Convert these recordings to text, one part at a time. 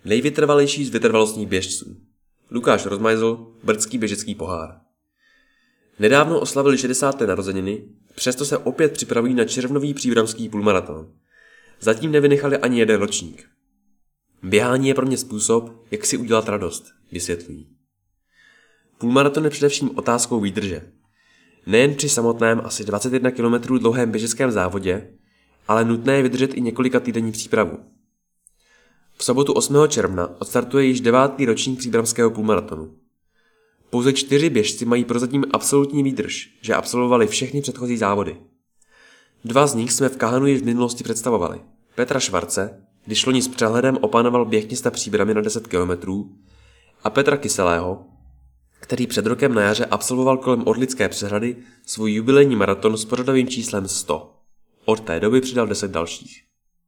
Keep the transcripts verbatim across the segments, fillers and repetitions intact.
Nejvytrvalejší z vytrvalostních běžců. Lukáš Rozmajzl, Brdský běžecký pohár. Nedávno oslavili šedesáté narozeniny, přesto se opět připravují na červnový příbramský půlmaraton. Zatím nevynechali ani jeden ročník. Běhání je pro mě způsob, jak si udělat radost, vysvětlují. Půlmaraton je především otázkou výdrže. Nejen při samotném asi dvacet jedna kilometrů dlouhém běžeckém závodě, ale nutné je vydržet i několika týdenní přípravu. V sobotu osmého června odstartuje již devátý ročník příbramského půlmaratonu. Pouze čtyři běžci mají prozatím absolutní výdrž, že absolvovali všechny předchozí závody. Dva z nich jsme v Kahanu již v minulosti představovali. Petra Švarce, když loni s přehledem opanoval běh města Příbramy na deset kilometrů, a Petra Kyselého, který před rokem na jaře absolvoval kolem Orlické přehrady svůj jubilejní maraton s pořadovým číslem sto. Od té doby přidal deset dalších.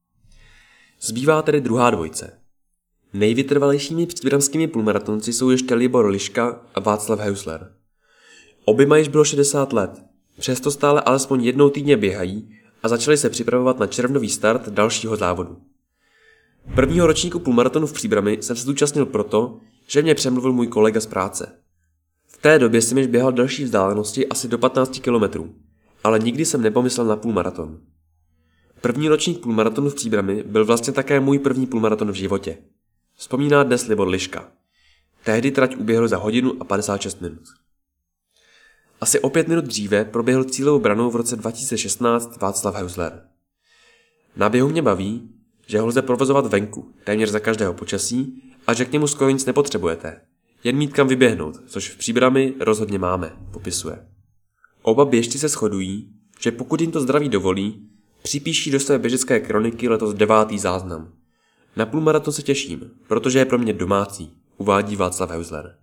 Zbývá tedy druhá dvojce. Nejvytrvalejšími příbramskými půlmaratonci jsou ještě Libor Liška a Václav Heusler. Oběma již bylo šedesát let, přesto stále alespoň jednou týdně běhají a začali se připravovat na červnový start dalšího závodu. Prvního ročníku půlmaratonu v Příbrami jsem se zúčastnil proto, že mě přemluvil můj kolega z práce. V té době jsem již běhal další vzdálenosti asi do patnácti kilometrů, ale nikdy jsem nepomyslel na půlmaraton. První ročník půlmaratonu v Příbrami byl vlastně také můj první půlmaraton v životě. Vzpomíná dnes Libor Liška. Tehdy trať uběhl za hodinu a padesát šest minut. Asi o pět minut dříve proběhl cílovou branou v roce dva tisíce šestnáct Václav Heusler. Na běhu mě baví, že ho lze provozovat venku, téměř za každého počasí, a že k němu skoro nic nepotřebujete. Jen mít kam vyběhnout, což v Příbrami rozhodně máme, popisuje. Oba běžci se shodují, že pokud jim to zdraví dovolí, připíší do své běžecké kroniky letos devátý záznam. Na půlmaraton se těším, protože je pro mě domácí, uvádí Václav Heusler.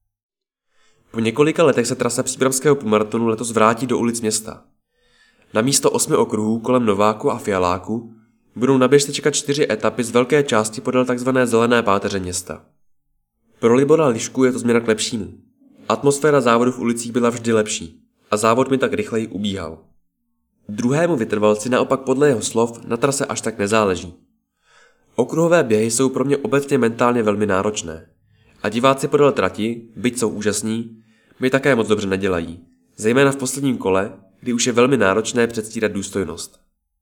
Po několika letech se trasa příbramského půlmaratonu letos vrátí do ulic města. Na místo osmi okruhů kolem Nováku a Fialáku budou na běžce čekat čtyři etapy z velké části podél tzv. Zelené páteře města. Pro Libora Lišku je to změna k lepšímu. Atmosféra závodu v ulicích byla vždy lepší a závod mi tak rychleji ubíhal. Druhému vytrvalci naopak podle jeho slov na trase až tak nezáleží. Okruhové běhy jsou pro mě obecně mentálně velmi náročné. A diváci podél trati, byť jsou úžasní, mi také moc dobře nedělají. Zejména v posledním kole, kdy už je velmi náročné předstírat důstojnost.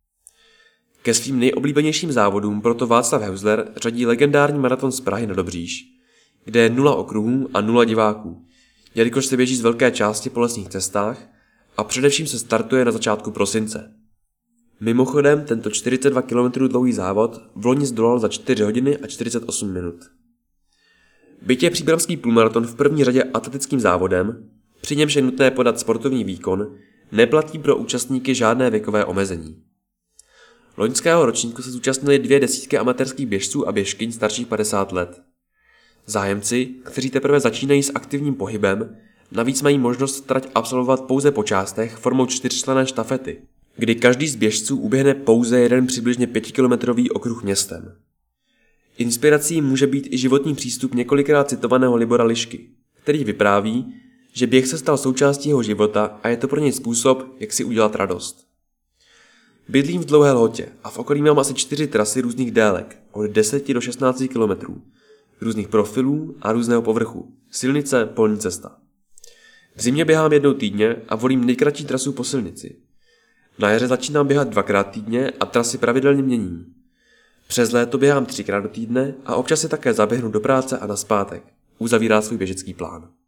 Ke svým nejoblíbenějším závodům proto Václav Heusler řadí legendární maraton z Prahy na Dobříš, kde je nula okruhů a nula diváků, jelikož se běží z velké části po lesních cestách a především se startuje na začátku prosince. Mimochodem tento čtyřicet dva kilometrů dlouhý závod vloni zdolal za čtyři hodiny a čtyřicet osm minut. Byť je příbramský půlmaraton v první řadě atletickým závodem, při němž je nutné podat sportovní výkon, neplatí pro účastníky žádné věkové omezení. Loňského ročníku se zúčastnili dvě desítky amatérských běžců a běžkyň starších padesát let. Zájemci, kteří teprve začínají s aktivním pohybem, navíc mají možnost trať absolvovat pouze po částech formou čtyřčlenné štafety, kdy každý z běžců uběhne pouze jeden přibližně pětikilometrový okruh městem. Inspirací může být i životní přístup několikrát citovaného Libora Lišky, který vypráví, že běh se stal součástí jeho života a je to pro něj způsob, jak si udělat radost. Bydlím v Dlouhé Lhotě a v okolí mám asi čtyři trasy různých délek, od deseti do šestnácti kilometrů, různých profilů a různého povrchu, silnice, polní cesta. V zimě běhám jednou týdně a volím nejkratší trasu po silnici. Na jaře začínám běhat dvakrát týdně a trasy pravidelně měním. Přes léto běhám třikrát do týdne a občas si také zaběhnu do práce a nazpátek. Uzavírá svůj běžecký plán.